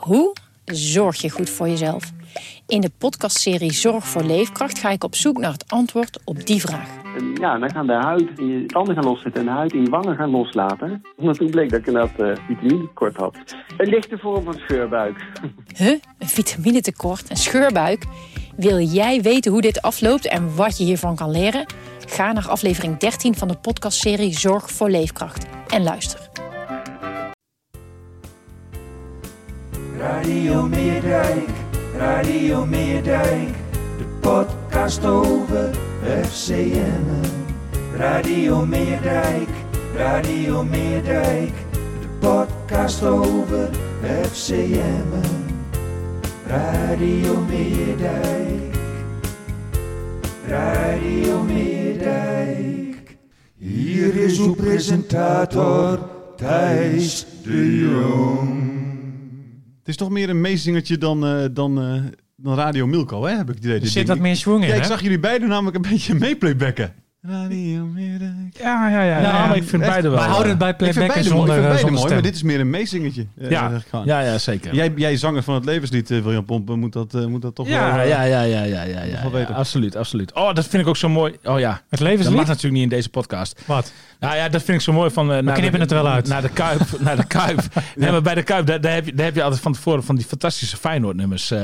Hoe zorg je goed voor jezelf? In de podcastserie Zorg voor Leefkracht ga ik op zoek naar het antwoord op die vraag. Ja, dan gaan de huid in je tanden gaan loszitten en de huid in je wangen gaan loslaten. Omdat toen bleek dat ik inderdaad vitaminetekort had. Een lichte vorm van scheurbuik. Een vitaminetekort, een scheurbuik? Wil jij weten hoe dit afloopt en wat je hiervan kan leren? Ga naar aflevering 13 van de podcastserie Zorg voor Leefkracht en luister. Radio Meerdijk, Radio Meerdijk, de podcast over FCM. Radio Meerdijk, Radio Meerdijk, de podcast over FCM. Radio Meerdijk, Radio Meerdijk. Hier is uw presentator Thijs de Jong. Het is toch meer een meezingertje dan Radio Milko, hè? Heb ik het idee. Er zit wat meer swing in, Ja, ik hè? zag jullie beiden namelijk een beetje meeplaybacken. Radio Meerdijk. Ja. Maar ik vind beide wel. Maar houden het bij Ik vind playbacken beide mooi, zonder mooi, stem. maar dit is meer een meezingertje. Ja, zeker. Jij zanger van het levenslied, William Pompen, moet dat toch wel... Ja, weten. absoluut. Oh, dat vind ik ook zo mooi. Oh ja, Het dat levenslied? mag natuurlijk niet in deze podcast. Wat? Nou ja, dat vind ik zo mooi van... We knippen het er wel uit. Naar de Kuip. Nee, maar bij de Kuip, daar heb je altijd van tevoren van die fantastische Feyenoord-nummers.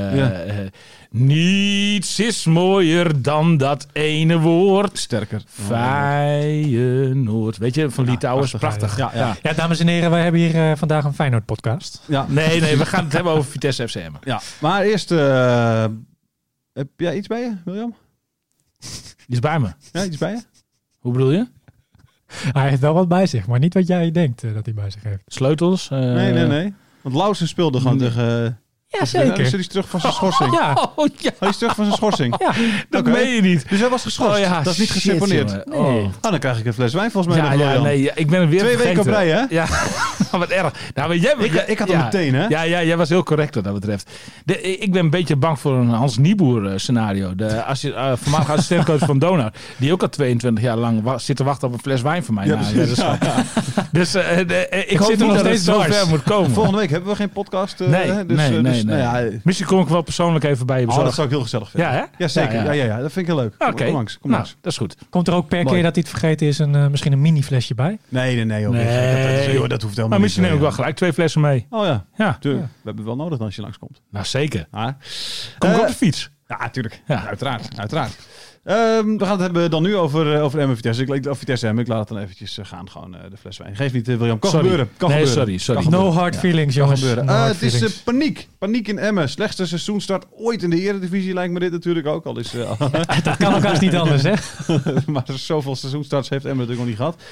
Niets is mooier dan dat ene woord. Sterker. Feyenoord. Weet je, van Litouwers. Prachtig. Ja. Ja, dames en heren, wij hebben hier vandaag een Feyenoord-podcast. Ja. Nee, we gaan het hebben over Vitesse FCM. Ja. Maar eerst... heb jij iets bij je, William? Die is bij me. Ja, iets bij je? Hoe bedoel je? Hij heeft wel wat bij zich, maar niet wat jij denkt dat hij bij zich heeft. Sleutels? Nee. Want Lausen speelde gewoon tegen... Ja, zeker. Is hij terug van zijn schorsing? Ja. Oh ja, Hij is terug van zijn schorsing. Ja. dat Oké. meen je niet. Dus hij was geschorst. Oh ja, dat is niet shit, geseponeerd. jongen. Nee. Oh. Dan krijg ik een fles wijn volgens mij. nog, William. Ik ben er weer 2 weken op vergeten. rij, hè? Ja, wat erg. Nou, maar Ik had hem meteen, hè? Ja, jij was heel correct wat dat betreft. Ik ben een beetje bang voor een Hans Nieboer scenario. De voormalige assistentcoach van Donau. Die ook al 22 jaar lang zit te wachten op een fles wijn van mij. Ja, na een precies. weddenschap. Dus ik hoop zit er niet nog dat het steeds zo dwars. ver moet komen. Volgende week hebben we geen podcast. Nee. Nou ja, Misschien kom ik wel persoonlijk even bij je dat bezorgen. zou ik heel gezellig vinden. Ja, hè? Ja, zeker. Ja. Ja, dat vind ik heel leuk. Oké. Kom langs. Nou, dat is goed. Komt er ook per Mooi. keer dat hij het vergeten is misschien een mini-flesje bij? Nee. Joh, Nee. dat hoeft helemaal Maar misschien niet. neem ik wel gelijk 2 flessen mee. Oh ja, Ja, tuurlijk. We hebben het wel nodig dan als je langskomt. nou zeker. Maar, Kom ik op de fiets? Ja, tuurlijk. Ja. Uiteraard. We gaan het hebben dan nu over Emmen Vitesse. Vitesse Emmen. Ik laat het dan eventjes gaan. Gewoon de fles wijn. Geef niet, William. Kan gebeuren. Sorry. No hard feelings, Kan jongens. gebeuren. No hard Het is feelings. paniek. Paniek in Emmen. Slechtste seizoenstart ooit in de Eredivisie lijkt me dit natuurlijk ook. Al is, Dat kan ook haast niet anders, hè? maar zoveel seizoenstarts heeft Emmen natuurlijk nog niet gehad.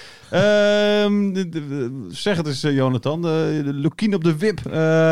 Zeg het eens, Jonathan. Lukien op de wip.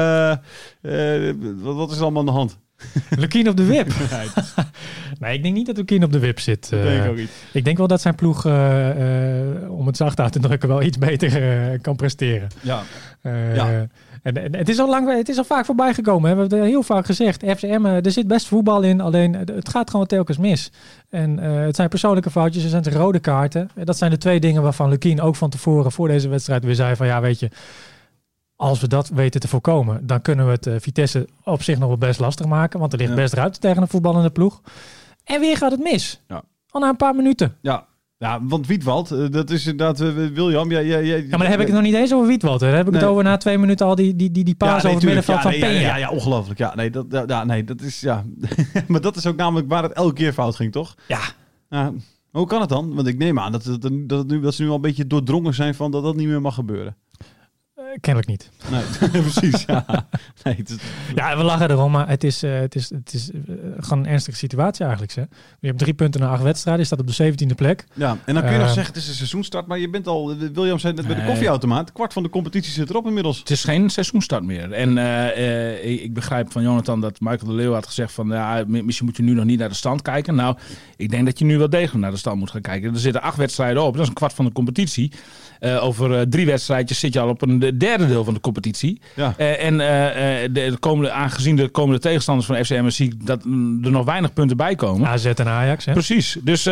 Wat is er allemaal aan de hand? Lukien op de wip. Nee, ik denk niet dat Lukien op de wip zit. Dat denk ik ook niet. Ik denk wel dat zijn ploeg, om het zacht uit te drukken, wel iets beter kan presteren. Ja. Ja. En het is al vaak voorbij gekomen. Hè? We hebben het heel vaak gezegd. FCM, er zit best voetbal in. Alleen het gaat gewoon telkens mis. En het zijn persoonlijke foutjes. Er zijn rode kaarten. Dat zijn de 2 dingen waarvan Lukien ook van tevoren voor deze wedstrijd weer zei van ja, weet je, als we dat weten te voorkomen, dan kunnen we het Vitesse op zich nog wel best lastig maken. Want er ligt best ruimte tegen een voetballende ploeg. En weer gaat het mis. Ja. Al na een paar minuten. Ja, want Wiedwald, dat is inderdaad... William, jij... Ja, maar dan heb ik het nog niet eens over Wiedwald. Hè. Dan heb ik het over na 2 minuten al die paas over het middenveld van Peña. Ja, ongelooflijk. Ja, dat is... Ja. Maar dat is ook namelijk waar het elke keer fout ging, toch? Ja. Hoe kan het dan? Want ik neem aan dat ze nu al een beetje doordrongen zijn van dat dat niet meer mag gebeuren. Kennelijk niet. Nee, precies. Ja. Nee, Ja, we lachen erom, maar het is gewoon een ernstige situatie eigenlijk. Hè? Je hebt 3 punten na 8 wedstrijden, je staat op de 17e plek. Ja, en dan kun je nog zeggen, het is een seizoenstart, maar je bent al, William zei net bij de koffieautomaat, kwart van de competitie zit erop inmiddels. Het is geen seizoenstart meer. En ik begrijp van Jonathan dat Michael de Leeuw had gezegd van ja, misschien moet je nu nog niet naar de stand kijken. Nou, ik denk dat je nu wel degelijk naar de stand moet gaan kijken. Er zitten 8 wedstrijden op, dat is een kwart van de competitie. Over 3 wedstrijdjes zit je al op een derde deel van de competitie. Ja. Aangezien de komende tegenstanders van FCM zie ik dat er nog weinig punten bij komen. AZ en Ajax, hè? Precies. Dus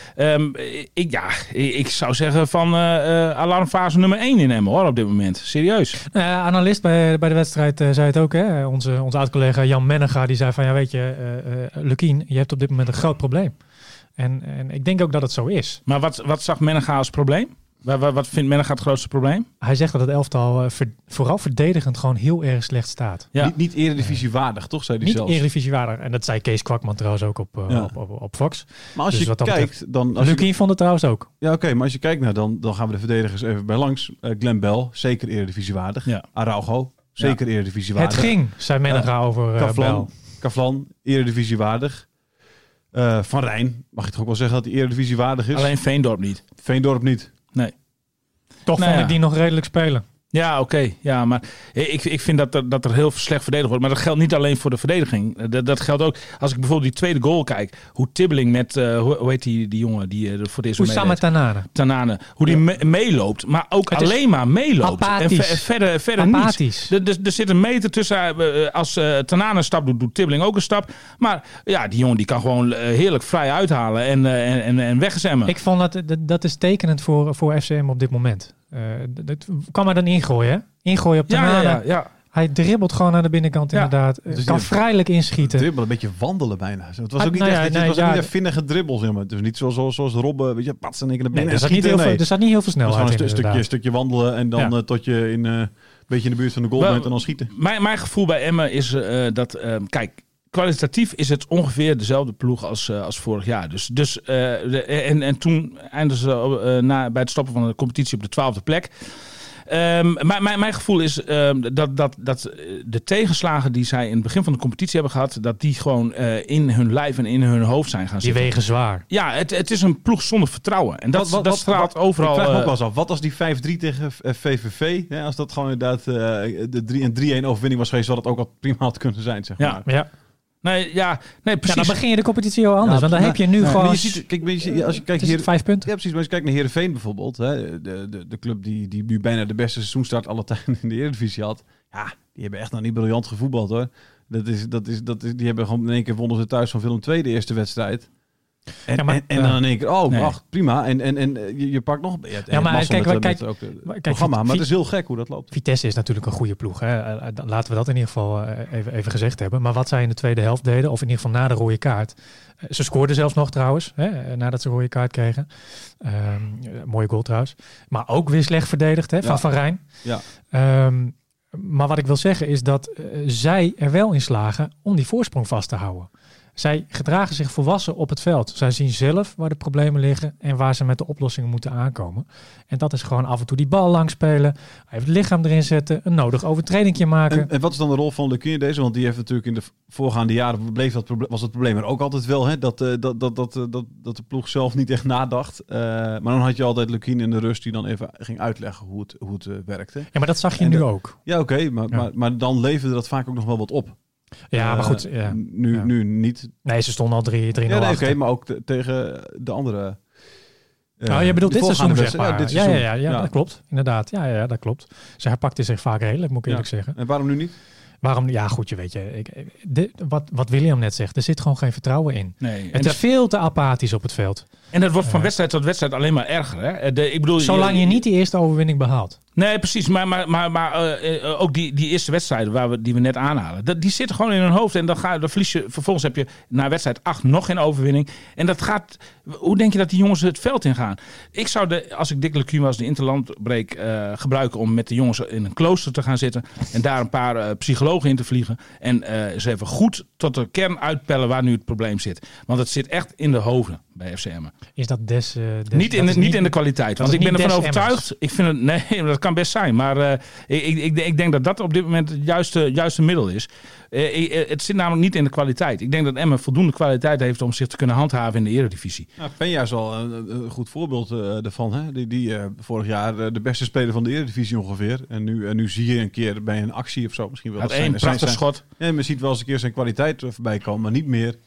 ik zou zeggen van alarmfase nummer 1 in Emmen, hoor, op dit moment. Serieus. Analist bij de wedstrijd zei het ook, hè? Onze oud-collega Jan Mennega, die zei van, ja, weet je, Lukien, je hebt op dit moment een groot probleem. En ik denk ook dat het zo is. Maar wat zag Mennega als probleem? Wat vindt Mennega het grootste probleem? Hij zegt dat het elftal vooral verdedigend gewoon heel erg slecht staat. Ja. Niet eredivisie waardig, toch? Zei hij Niet zelfs. eredivisie waardig. En dat zei Kees Kwakman trouwens ook op Fox. Maar als Dus je wat dat kijkt, dan... Lukien vond het trouwens ook. Ja, oké, maar als je kijkt naar dan gaan we de verdedigers even bij langs. Glenn Bell, zeker eredivisie waardig. Ja. Araujo, zeker eredivisie waardig. Het ging, zei Mennega over Bell. Kavlan, eredivisie waardig. Van Rijn, mag je toch ook wel zeggen dat hij eredivisie waardig is? Alleen Veendorp niet. Veendorp niet. Nee. Toch vond ik die nog redelijk spelen. Ja, oké. Ja, maar ik vind dat er heel slecht verdedigd wordt. Maar dat geldt niet alleen voor de verdediging. Dat geldt ook, als ik bijvoorbeeld die tweede goal kijk. Hoe Tibbeling met, hoe heet die jongen die voor deze Oussama Tanane. Hoe die meeloopt. Maar ook het alleen maar meeloopt. Apathisch. En verder Apathisch. niet. Er zit een meter tussen. Als Tanane een stap doet Tibbeling ook een stap. Maar ja, die jongen die kan gewoon heerlijk vrij uithalen. En wegzemmen. Ik vond dat is tekenend voor FCM op dit moment. Dat kan maar dan ingooien, hè? Ingooien op Tanane. Ja. Hij dribbelt gewoon naar de binnenkant, inderdaad. Dus kan vrijelijk inschieten. Dribbelen, een beetje wandelen bijna. Het was ook niet echt niet een vinnige dribbel, zeg maar. Het was niet zoals Robben, weet je, patsen en ik naar binnen. Er zat niet heel veel snelheid in. Het was een stukje wandelen en dan tot je een beetje in de buurt van de goal bent en dan schieten. Mijn gevoel bij Emmen is dat, kijk, kwalitatief is het ongeveer dezelfde ploeg als vorig jaar. En toen eindigden ze bij het stoppen van de competitie op de 12e plek. Mijn gevoel is dat de tegenslagen die zij in het begin van de competitie hebben gehad, dat die gewoon in hun lijf en in hun hoofd zijn gaan zitten. Die wegen zwaar. Ja, het is een ploeg zonder vertrouwen. En dat straalt overal. Ik vraag me ook wel eens af, wat als die 5-3 tegen VVV, als dat gewoon inderdaad een 3-1 overwinning was geweest, zou dat ook al prima had kunnen zijn, zeg maar. Ja. Nee, precies. Ja, dan begin je de competitie heel anders. Want dan heb je nu gewoon... Maar je ziet, kijk, als je kijkt hier 5 punten. Ja, precies. Maar als je kijkt naar Heerenveen bijvoorbeeld, hè, de club die nu bijna de beste seizoenstart alle tijden in de Eredivisie had. Ja, die hebben echt nog niet briljant gevoetbald, hoor. Die hebben gewoon in één keer wonnen ze thuis van Willem II de eerste wedstrijd. En dan in één keer, prima. En je pakt nog... maar kijk, programma. Maar het is heel gek hoe dat loopt. Vitesse is natuurlijk een goede ploeg. Hè? Laten we dat in ieder geval even gezegd hebben. Maar wat zij in de tweede helft deden, of in ieder geval na de rode kaart. Ze scoorden zelfs nog trouwens, hè, nadat ze een rode kaart kregen. Mooie goal trouwens. Maar ook weer slecht verdedigd, hè, van Rijn. Ja. Maar wat ik wil zeggen is dat zij er wel in slagen om die voorsprong vast te houden. Zij gedragen zich volwassen op het veld. Zij zien zelf waar de problemen liggen en waar ze met de oplossingen moeten aankomen. En dat is gewoon af en toe die bal lang spelen, even het lichaam erin zetten, een nodig overtredingje maken. En wat is dan de rol van Lukien deze? Want die heeft natuurlijk in de voorgaande jaren was het probleem er ook altijd wel, hè? Dat de ploeg zelf niet echt nadacht. Maar dan had je altijd Lukien in de rust die dan even ging uitleggen hoe het werkte. Ja, maar dat zag je nu ook. Ja, oké. Maar dan leverde dat vaak ook nog wel wat op. Ja, maar goed. Ja. Nu niet. Nee, ze stonden al 3-0 oké, maar ook tegen de andere... je bedoelt dit seizoen, zeg maar. Ja, dit seizoen. Ja, dat klopt. Inderdaad. Ja, dat klopt. Ze herpakte zich vaak redelijk, moet ik eerlijk zeggen. En waarom nu niet? Waarom? Ja, goed, je weet je. Wat William net zegt, er zit gewoon geen vertrouwen in. Nee. Het is veel te apathisch op het veld. En dat wordt van wedstrijd tot wedstrijd alleen maar erger. Hè? Ik bedoel, zolang je niet die eerste overwinning behaalt. Nee, precies. Maar ook die eerste wedstrijden die we net aanhalen, die zitten gewoon in hun hoofd. En dan verlies je. Vervolgens heb je na wedstrijd 8 nog geen overwinning. En dat gaat. Hoe denk je dat die jongens het veld ingaan? Ik zou als ik Dick Lukien was, de interlandbreek gebruiken om met de jongens in een klooster te gaan zitten. En daar een paar psychologen in te vliegen. En ze even goed tot de kern uitpellen waar nu het probleem zit. Want het zit echt in de hoofden bij FCM. Is dat niet in de kwaliteit. Want ik ben ervan overtuigd. Ik vind het, nee, dat kan best zijn. Maar ik denk dat op dit moment het juiste middel is. Het zit namelijk niet in de kwaliteit. Ik denk dat Emmen voldoende kwaliteit heeft om zich te kunnen handhaven in de Eredivisie. Nou, Peña is al een goed voorbeeld ervan. Hè? Die vorig jaar de beste speler van de Eredivisie ongeveer. En nu zie je een keer bij een actie of zo. Misschien wel één prachtig schot. Ja, je ziet wel eens een keer zijn kwaliteit voorbij komen, maar niet meer.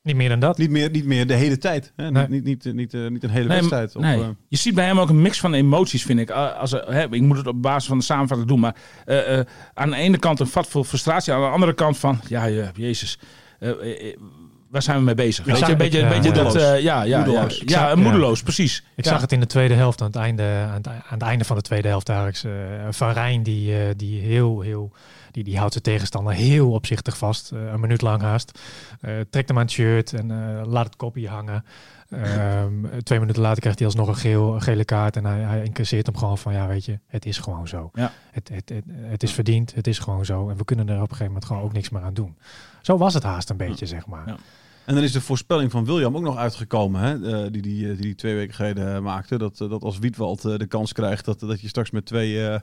Niet meer dan dat. Niet meer de hele tijd. Hè? Nee. Niet een hele wedstrijd. Je ziet bij hem ook een mix van emoties, vind ik. Ik moet het op basis van de samenvatting doen. Maar aan de ene kant een vat vol frustratie. Aan de andere kant van, jezus. Waar zijn we mee bezig? Weet je, een beetje moedeloos. Moedeloos, precies. Ik zag het in de tweede helft, aan het einde van de tweede helft eigenlijk. Van Rijn die heel... Die houdt zijn tegenstander heel opzichtig vast. Een minuut lang haast. Trekt hem aan het shirt en laat het kopje hangen. 2 minuten later krijgt hij alsnog een gele kaart. En hij incasseert hem gewoon van, weet je, het is gewoon zo. Ja. Het is verdiend, het is gewoon zo. En we kunnen er op een gegeven moment gewoon ook niks meer aan doen. Zo was het haast een beetje, zeg maar. Ja. En dan is de voorspelling van William ook nog uitgekomen, hè? Die 2 weken geleden maakte. Dat als Wiedwald de kans krijgt dat je straks met twee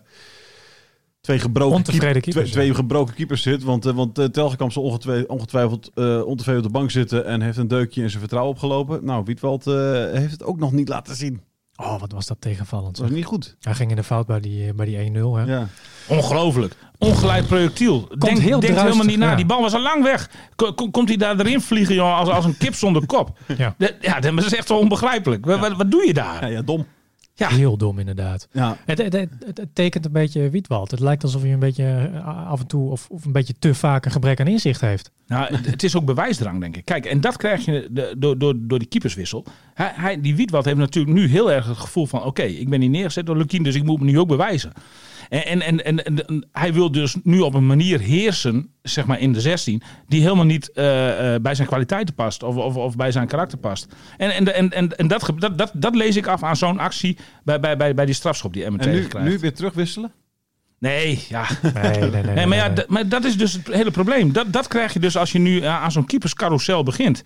gebroken keepers zit. Want Telgekamp zal ongetwijfeld ontevreden op de bank zitten en heeft een deukje in zijn vertrouwen opgelopen. Nou, Wiedwald heeft het ook nog niet laten zien. Oh, wat was dat tegenvallend. Dat was niet goed. Hij ging in de fout bij die 1-0. Hè? Ja. Ongelooflijk. Ongeleid projectiel. Denk helemaal niet na. Ja. Die bal was al lang weg. Komt hij daar erin vliegen, joh, als een kip zonder kop? Ja. Dat is echt zo onbegrijpelijk. Ja. Wat doe je daar? Ja, dom. Ja. Heel dom inderdaad. Ja. Het tekent een beetje Wiedwald. Het lijkt alsof hij een beetje af en toe of een beetje te vaak een gebrek aan inzicht heeft. Nou, het is ook bewijsdrang, denk ik. Kijk, en dat krijg je door die keeperswissel. Die Wiedwald heeft natuurlijk nu heel erg het gevoel van, oké, ik ben hier neergezet door Lukien, dus ik moet me nu ook bewijzen. En hij wil dus nu op een manier heersen, zeg maar in de 16, die helemaal niet bij zijn kwaliteiten past of bij zijn karakter past. En dat lees ik af aan zo'n actie bij die strafschop die Emmen tegenkrijgt. En nu weer terugwisselen? Nee. Maar dat is dus het hele probleem. Dat krijg je dus als je nu aan zo'n keeperscarousel begint.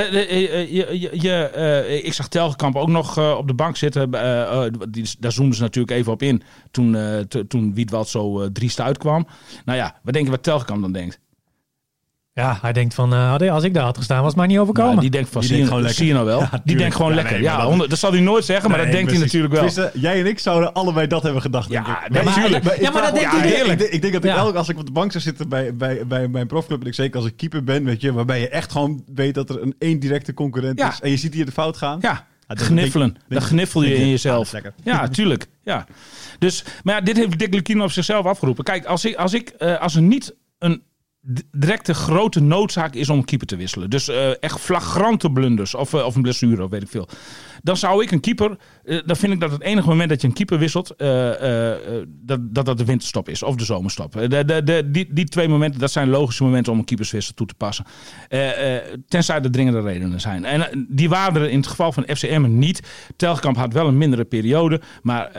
Ik zag Telgekamp ook nog op de bank zitten. Daar zoomden ze natuurlijk even op in toen Wiedwald zo driest uitkwam. Nou ja, wat denk je wat Telgekamp dan denkt? Ja, hij denkt van, als ik daar had gestaan, was het mij niet overkomen. Nou, die denkt van, zie je nou wel? Ja, die denkt gewoon lekker. Ja, dat zal hij nooit zeggen, maar dat denkt hij natuurlijk wel. Tenminste, jij en ik zouden allebei dat hebben gedacht. Ja, natuurlijk. Maar dat denkt iedereen. Ik denk dat als ik op de bank zou zitten bij mijn profclub, en ik zeker als ik keeper ben, weet je, waarbij je echt gewoon weet dat er één directe concurrent is. En je ziet hier de fout gaan. Ja, gniffelen. Dan gniffel je in jezelf. Ja, tuurlijk. Ja. Dus, maar dit heeft Dick Lukien op zichzelf afgeroepen. Kijk, als er niet een directe grote noodzaak is om een keeper te wisselen. Dus echt flagrante blunders of een blessure of weet ik veel. Dan zou ik een keeper... dan vind ik dat het enige moment dat je een keeper wisselt... dat de winterstop is of de zomerstop. Die 2 momenten, dat zijn logische momenten om een keeperswissel toe te passen. Tenzij er dringende redenen zijn. En die waren er in het geval van FCM niet. Telgekamp had wel een mindere periode. Maar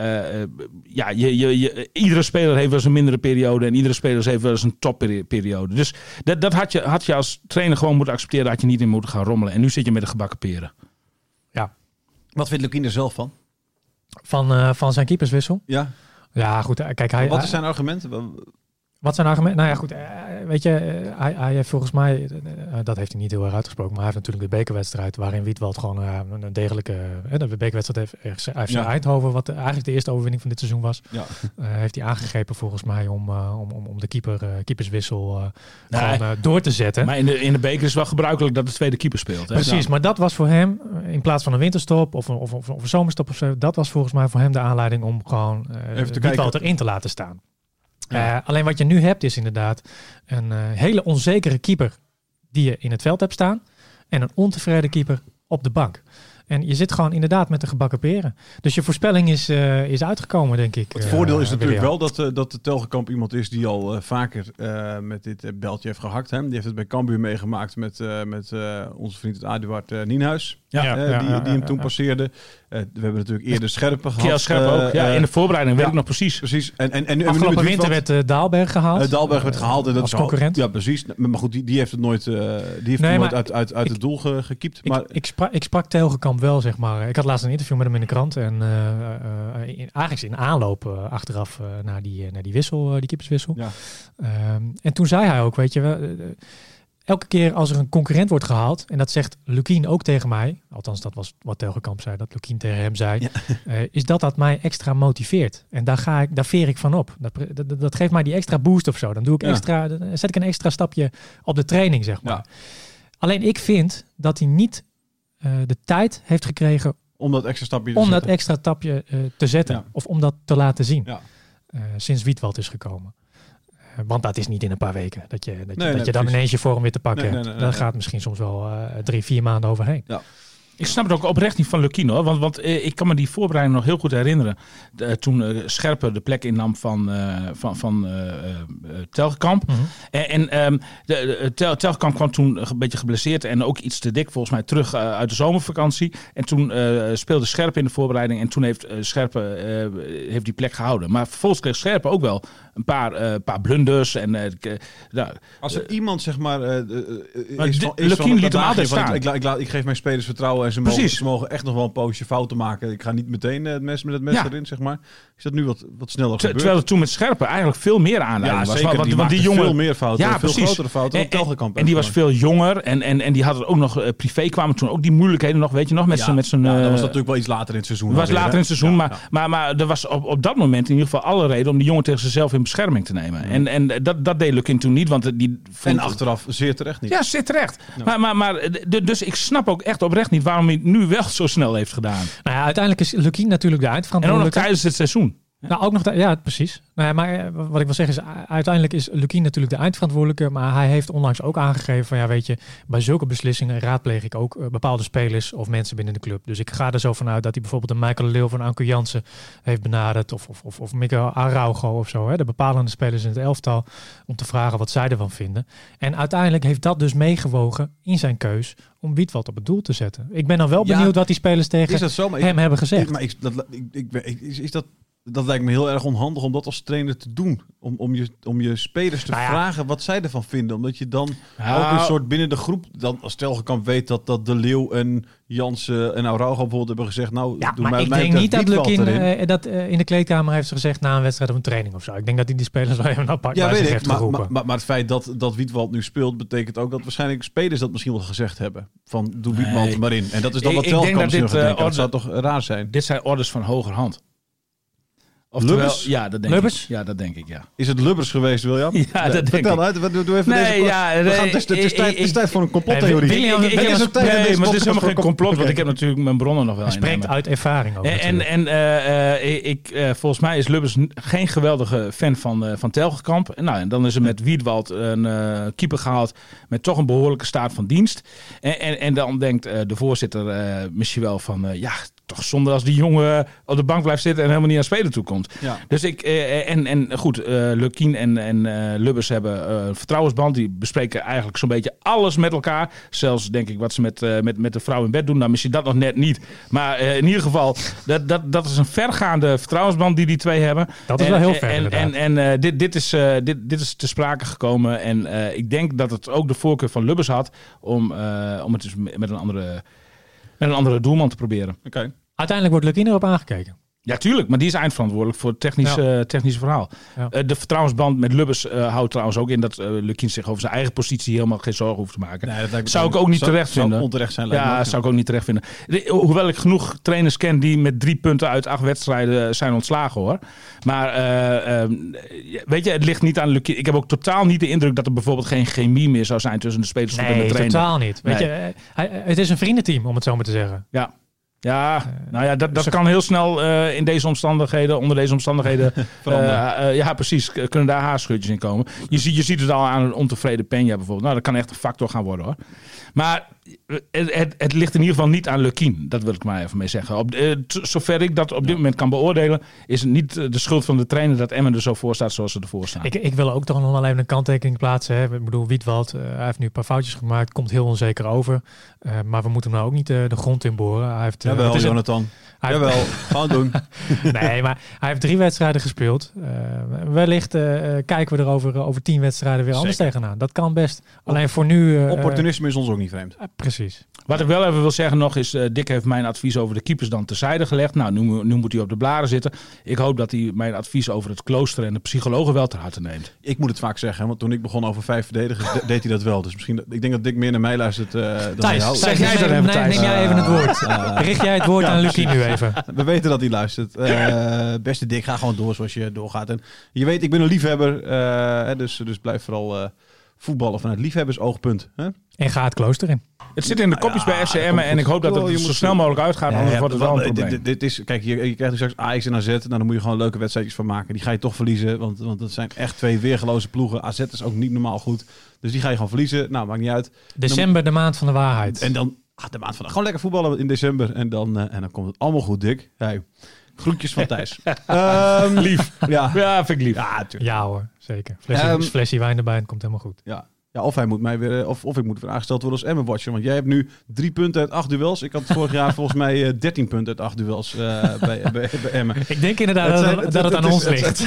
iedere speler heeft wel eens een mindere periode. En iedere speler heeft wel eens een topperiode. Dus dat had je als trainer gewoon moeten accepteren. Dat had je niet in moeten gaan rommelen. En nu zit je met de gebakken peren. Ja. Wat vindt Lukien er zelf van? Van zijn keeperswissel? Ja. Ja, goed. Kijk, wat is zijn argument? Wat zijn argument? Nou ja, goed. Weet je, hij heeft volgens mij, dat heeft hij niet heel erg uitgesproken, maar hij heeft natuurlijk de bekerwedstrijd waarin Wiedwald gewoon een degelijke, de bekerwedstrijd heeft FC Eindhoven, wat eigenlijk de eerste overwinning van dit seizoen was, heeft hij aangegrepen volgens mij om de keeperswissel door te zetten. Maar in de beker is wel gebruikelijk dat de tweede keeper speelt. Hè? Precies, maar dat was voor hem, in plaats van een winterstop of een zomerstop of zo, dat was volgens mij voor hem de aanleiding om gewoon Wiedwald erin te laten staan. Ja. Alleen wat je nu hebt is inderdaad een hele onzekere keeper die je in het veld hebt staan en een ontevreden keeper op de bank. En je zit gewoon inderdaad met de gebakken peren. Dus je voorspelling is uitgekomen, denk ik. Het voordeel is natuurlijk wel dat de Telgekamp iemand is die al vaker met dit beltje heeft gehakt. Hè? Die heeft het bij Cambuur meegemaakt met onze vriend Eduard Nienhuis. Die hem toen passeerde. We hebben natuurlijk eerder Scherpen gehad. Ja, Scherpen ook. In de voorbereiding weet ik nog precies. Precies. En afgelopen winter werd Daalberg gehaald. Daalberg werd gehaald. En dat als concurrent. Ja, precies. Maar goed, die heeft het nooit, nooit uit het doel gekiept. Ik sprak Telgekamp wel, zeg maar. Ik had laatst een interview met hem in de krant. En eigenlijk in aanloop achteraf naar die wissel, die keeperswissel. Ja. En toen zei hij ook, weet je wel... Elke keer als er een concurrent wordt gehaald, en dat zegt Lukien ook tegen mij, althans dat was wat Telgekamp zei, dat Lukien tegen hem zei, is dat mij extra motiveert. En daar veer ik van op. Dat geeft mij die extra boost of zo. Dan doe ik dan zet ik een extra stapje op de training, zeg maar. Ja. Alleen ik vind dat hij niet de tijd heeft gekregen Om dat extra stapje te zetten. Ja. Of om dat te laten zien. Ja. Sinds Wiedwald is gekomen. Want dat is niet in een paar weken. Dat je dan precies. ineens je vorm weer te pakken Nee, hebt. Daar gaat misschien soms wel 3-4 maanden overheen. Ja. Ik snap het ook oprecht niet van Lukien, hoor. Want ik kan me die voorbereiding nog heel goed herinneren. Toen Scherpen de plek innam van Telgekamp. Mm-hmm. Telgekamp kwam toen een beetje geblesseerd en ook iets te dik volgens mij terug uit de zomervakantie. En toen speelde Scherpen in de voorbereiding en toen heeft Scherpen heeft die plek gehouden. Maar vervolgens kreeg Scherpen ook wel een paar blunders. Als er iemand zeg maar... Lukien liet hem altijd staan. Ik geef mijn spelers vertrouwen en ze mogen echt nog wel een poosje fouten maken. Ik ga niet meteen met het mes erin, zeg maar. Is dat nu wat sneller gebeurd? Terwijl het toen met Scherpen eigenlijk veel meer aanleiding was. Zeker, Want die jongen veel meer fouten, veel grotere fouten dan Telgekamp. En die was veel jonger en die had het ook nog privé, kwamen toen ook die moeilijkheden nog, weet je nog, met zijn... dat was natuurlijk wel iets later in het seizoen. Het was later in het seizoen, maar er was op dat moment in ieder geval alle reden om die jongen tegen zichzelf in bescherming te nemen. En dat deed Lukien toen niet, want en achteraf zeer terecht niet. Ja, zeer terecht. Maar dus ik snap ook echt oprecht niet waarom hij het nu wel zo snel heeft gedaan. Nou ja, uiteindelijk is Lukien natuurlijk de eindverantwoordelijke. En ook nog tijdens het seizoen. Nou, ook nog precies. Nou, maar wat ik wil zeggen is, uiteindelijk is Lukien natuurlijk de eindverantwoordelijke, maar hij heeft onlangs ook aangegeven van, ja, weet je, bij zulke beslissingen raadpleeg ik ook bepaalde spelers of mensen binnen de club. Dus ik ga er zo vanuit dat hij bijvoorbeeld een Michael de Leeuw van Anko Jansen heeft benaderd of Miguel Araujo of zo, hè, de bepalende spelers in het elftal, om te vragen wat zij ervan vinden. En uiteindelijk heeft dat dus meegewogen in zijn keus om Wiedwald op het doel te zetten. Ik ben dan wel benieuwd wat die spelers tegen hem hebben gezegd. Maar dat lijkt me heel erg onhandig om dat als trainer te doen. Om je spelers te vragen wat zij ervan vinden. Omdat je dan ook een soort binnen de groep... Dan als Telgekamp weet dat De Leeuw en Jansen en Araujo bijvoorbeeld hebben gezegd... Nou, doe maar ik denk niet dat Lukien dat in de kleedkamer heeft gezegd na een wedstrijd of een training of zo. Ik denk dat hij die spelers wel even apart heeft geroepen. Maar het feit dat Wiedwald nu speelt... betekent ook dat waarschijnlijk spelers dat misschien wel gezegd hebben. Van doe Wiedwald er maar in. En dat is dan wat Telgekamp misschien gaat denken. Dat zou toch raar zijn. Dit zijn orders van hogerhand. Lubbers? Ja, dat denk Lubbers? ik. Ja, dat denk ik, ja. Is het Lubbers geweest, William? Ja, dat denk ik. Doe even het is tijd voor een complottheorie. Maar het is helemaal geen complot, want ik heb natuurlijk mijn bronnen nog wel. Hij spreekt uit ervaring ook. Volgens mij is Lubbers geen geweldige fan van Telgekamp. En dan is er met Wiedwald een keeper gehaald met toch een behoorlijke staat van dienst. En dan denkt de voorzitter misschien wel van... toch zonde als die jongen op de bank blijft zitten en helemaal niet aan spelen toekomt. Ja. Dus Lukien en Lubbers hebben een vertrouwensband. Die bespreken eigenlijk zo'n beetje alles met elkaar. Zelfs denk ik wat ze met de vrouw in bed doen. Nou, misschien dat nog net niet. Maar in ieder geval, dat is een vergaande vertrouwensband die twee hebben. Dat is wel heel ver. Dit is te sprake gekomen. En ik denk dat het ook de voorkeur van Lubbers had om het dus met een andere doelman te proberen. Okay. Uiteindelijk wordt Lukien erop aangekeken. Ja, tuurlijk. Maar die is eindverantwoordelijk voor het technische verhaal. Ja. De vertrouwensband met Lubbers houdt trouwens ook in dat Lukien zich over zijn eigen positie helemaal geen zorgen hoeft te maken. Nee, dat zou ik ook niet terecht vinden. Zou onterecht zijn. Zou ik ook niet terecht vinden. Hoewel ik genoeg trainers ken die met 3 punten uit 8 wedstrijden zijn ontslagen, hoor. Maar weet je, het ligt niet aan Lukien. Ik heb ook totaal niet de indruk dat er bijvoorbeeld geen chemie meer zou zijn tussen de spelers en de trainer. Nee, totaal niet. Weet je, het is een vriendenteam, om het zo maar te zeggen. Ja. Ja, dat kan heel snel onder deze omstandigheden. Ja, precies. Kunnen daar haarscheurtjes in komen. Je ziet het al aan een ontevreden Peña bijvoorbeeld. Nou, dat kan echt een factor gaan worden, hoor. Maar het ligt in ieder geval niet aan Lukien. Dat wil ik maar even mee zeggen. Zover ik dat op dit moment kan beoordelen, is het niet de schuld van de trainer dat Emmen er zo voor staat zoals ze ervoor staan. Ik wil ook toch nog wel even een kanttekening plaatsen. Hè. Ik bedoel, Wiedwald, hij heeft nu een paar foutjes gemaakt. Komt heel onzeker over. Maar we moeten hem nou ook niet de grond in boren. Hij heeft, jawel, Jonathan. Jawel, gewoon doen. Nee, maar hij heeft 3 wedstrijden gespeeld. Wellicht kijken we er over 10 wedstrijden weer anders tegenaan. Dat kan best. Alleen voor nu... opportunisme is ons ook niet vreemd. Precies. Wat ik wel even wil zeggen nog is... Dick heeft mijn advies over de keepers dan terzijde gelegd. Nou, nu moet hij op de blaren zitten. Ik hoop dat hij mijn advies over het klooster en de psychologen wel ter harte neemt. Ik moet het vaak zeggen, want toen ik begon over 5 verdedigers, deed hij dat wel. Dus misschien, ik denk dat Dick meer naar mij luistert dan naar jou. Zeg jij dat even, Thijs? Neem jij even het woord. Richt jij het woord aan Lukien nu even. We weten dat hij luistert. Beste Dick, ga gewoon door zoals je doorgaat. En je weet, ik ben een liefhebber, dus blijf voetballen vanuit liefhebbersoogpunt. Hè? En ga het klooster in. Het zit in de kopjes bij FC Emmen en ik hoop dat het Je er zo moet- snel mogelijk uitgaat, anders wordt het wel een probleem. Dit is, kijk, je krijgt dus straks Ajax en AZ. Nou, dan moet je gewoon leuke wedstrijdjes van maken. Die ga je toch verliezen, want dat zijn echt 2 weergeloze ploegen. AZ is ook niet normaal goed. Dus die ga je gewoon verliezen. Nou, maakt niet uit. December, de maand van de waarheid. En dan de maand van gewoon lekker voetballen in december. En dan komt het allemaal goed, Dick. Hey. Groetjes van Thijs. Lief. Ja. Ja, vind ik lief. Ja, natuurlijk. Ja hoor, zeker. Flesje wijn erbij en het komt helemaal goed. Ja. Ja, of hij moet mij weer, of ik moet weer aangesteld worden als Emmen-watcher. Want jij hebt nu 3 punten uit 8 duels. Ik had vorig jaar volgens mij 13 punten uit 8 duels bij Emmen. Ik denk inderdaad dat het aan ons ligt.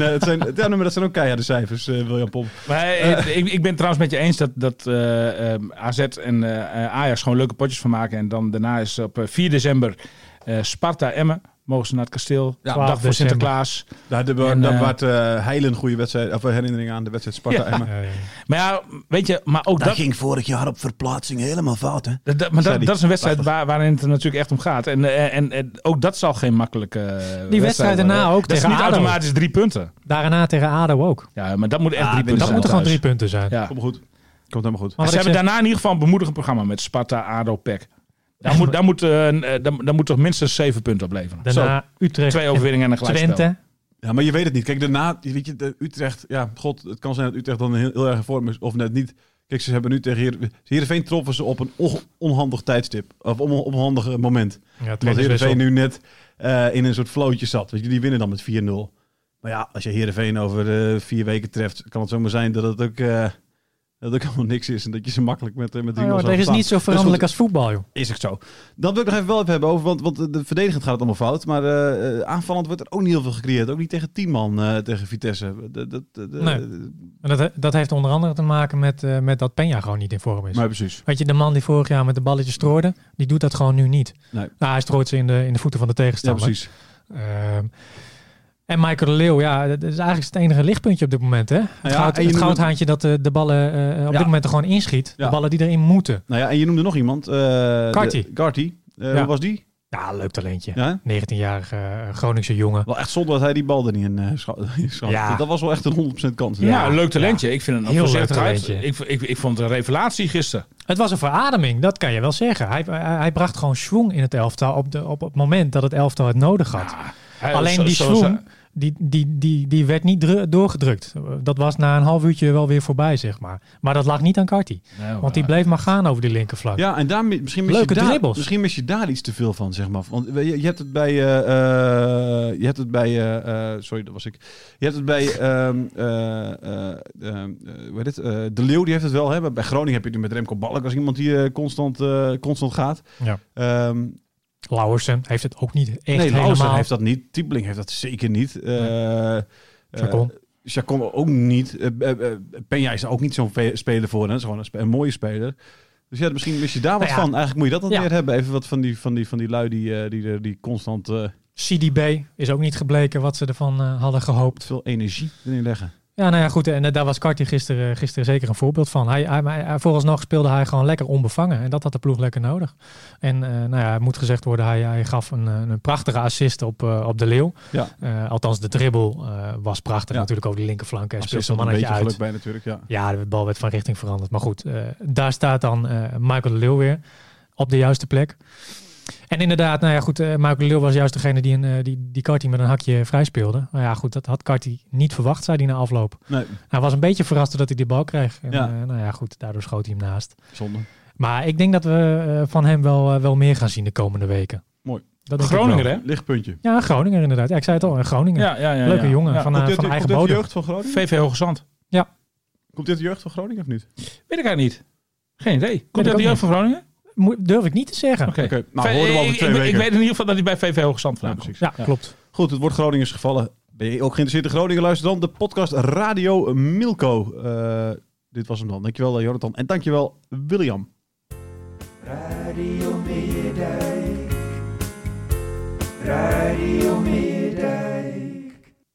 Dat zijn ook keiharde cijfers, William Pomp. Maar ik ben het trouwens met je eens dat AZ en Ajax gewoon leuke potjes van maken. En dan daarna is op 4 december Sparta Emmen. Mogen ze naar het kasteel. Ja, Dag voor december. Sinterklaas. Daar wordt heilen goede wedstrijd, of herinnering aan de wedstrijd Sparta-Emmen. Ja. Maar ja, weet je, maar ook dat ging vorig jaar op verplaatsing helemaal fout, hè? Dat is een wedstrijd waarin het er natuurlijk echt om gaat. En ook dat zal geen makkelijke Die wedstrijd daarna ook dat is tegen niet ADO. automatisch 3 punten. Daarna tegen ADO ook. Ja, maar dat moet echt 3 punten Dat zijn. moeten gewoon 3 punten zijn. Ja. Komt goed. Komt helemaal goed. Maar Ze wat hebben ik zeg- daarna in ieder geval een bemoedigend programma met Sparta, ADO, PEC. Daar moet toch minstens 7 punten opleveren. Daarna Utrecht, 2 overwinningen en een gelijkspel. Twente. Ja, maar je weet het niet. Kijk, daarna, weet je, Utrecht, ja, god, het kan zijn dat Utrecht dan heel erg in vorm is, of net niet. Kijk, ze hebben nu tegen Heerenveen troffen ze op een onhandig tijdstip, of op een onhandig moment. Ja, Want Heerenveen nu net in een soort flootje zat. Weet je, die winnen dan met 4-0. Maar ja, als je Heerenveen over 4 weken treft, kan het zomaar zijn dat het ook... dat ook allemaal niks is en dat je ze makkelijk met 3-0 Er is niet zo veranderlijk als voetbal, joh. Is echt zo. Dat wil ik nog even wel even hebben over, want de verdedigend gaat het allemaal fout. Maar aanvallend wordt er ook niet heel veel gecreëerd. Ook niet tegen 10 man tegen Vitesse. Nee. En dat heeft onder andere te maken met dat Peña gewoon niet in vorm is. Maar precies. Weet je, de man die vorig jaar met de balletjes strooide, die doet dat gewoon nu niet. Nee. Nou, hij strooit ze in de voeten van de Ja, tegenstander. precies. En Michael de Leeuw, ja, dat is eigenlijk het enige lichtpuntje op dit moment. Hè? Het goudhaantje dat de ballen op dit moment er gewoon inschiet. Ja. De ballen die erin moeten. Nou ja, en je noemde nog iemand. Carty. Carty. Ja. Hoe was die? Ja, leuk talentje. Ja? 19-jarige Groningse jongen. Wel echt zonde dat hij die bal er niet in schoot. Ja. Dat was wel echt een 100% kans. Ja, een leuk talentje. Ik vind het Heel ook leuk voorzichtigheid. talentje. Ik vond het een revelatie gisteren. Het was een verademing, dat kan je wel zeggen. Hij bracht gewoon schwung in het elftal op het moment dat het elftal het nodig had. Alleen die schwung, die werd niet doorgedrukt. Dat was na een half uurtje wel weer voorbij, zeg maar. Maar dat lag niet aan Carty. Want die bleef maar gaan over die linkerflank. Ja, en daar misschien mis Leuke je daar, dribbles. misschien mis je daar iets te veel van, zeg maar. Want je hebt het bij... sorry, dat was ik. Je hebt het bij... De Leeuw, die heeft het wel. Hè? Bij Groningen heb je het met Remco Balk als iemand die constant gaat. Ja. Lauwersen heeft het ook niet echt Lauwersen helemaal. heeft dat niet. Tiebeling heeft dat zeker niet. Chacon. Chacon ook niet. Peña is er ook niet zo'n speler voor. Hè? Dat is gewoon een mooie speler. Dus ja, misschien mis je daar wat van. Eigenlijk moet je dat dan weer hebben. Even wat van die lui die constant... CDB is ook niet gebleken wat ze ervan hadden gehoopt. veel energie erin leggen. Ja, nou ja, goed. En daar was Carty gisteren zeker een voorbeeld van. Hij vooralsnog speelde hij gewoon lekker onbevangen. En dat had de ploeg lekker nodig. En nou ja, het moet gezegd worden, hij gaf een prachtige assist op de Leeuw. Ja. Althans, de dribbel was prachtig natuurlijk over die linkerflank. Hij speelt zo'n mannetje uit. geluk bij natuurlijk, ja. Ja, de bal werd van richting veranderd. Maar goed, daar staat dan Michael de Leeuw weer op de juiste plek. En inderdaad, nou ja, goed, Michael de Leeuw was juist degene die Carty met een hakje vrij speelde. Nou ja, goed, dat had Carty niet verwacht, zei hij na afloop. Nee. Hij was een beetje verrast dat hij die bal kreeg. En, Ja. nou ja, goed, daardoor schoot hij hem naast. Zonde. Maar ik denk dat we van hem wel meer gaan zien de komende weken. Mooi. Dat denk ik Groninger, wel. hè? Lichtpuntje. Ja, Groninger inderdaad. Ja, ik zei het al, Groningen. Ja. Leuke jongen Ja. van Komt eigen dit de bodem. jeugd van Groningen? VV Hoge Zand. Komt dit de jeugd van Groningen of niet? Weet ik eigenlijk niet. Geen idee. Komt ik dat ook de jeugd niet. van Groningen? Durf ik niet te zeggen. Oké. Oké, nou horen we over 2 weken. Ik weet in ieder geval dat hij bij VV Hoge Zand vandaan komt. Ja, klopt. Goed, het wordt Groningers gevallen. Ben je ook geïnteresseerd in Groningen? Luister dan de podcast Radio Milko. Dit was hem dan. Dankjewel Jonathan. En dankjewel William. Radio Meerdijk. Radio Meerdijk.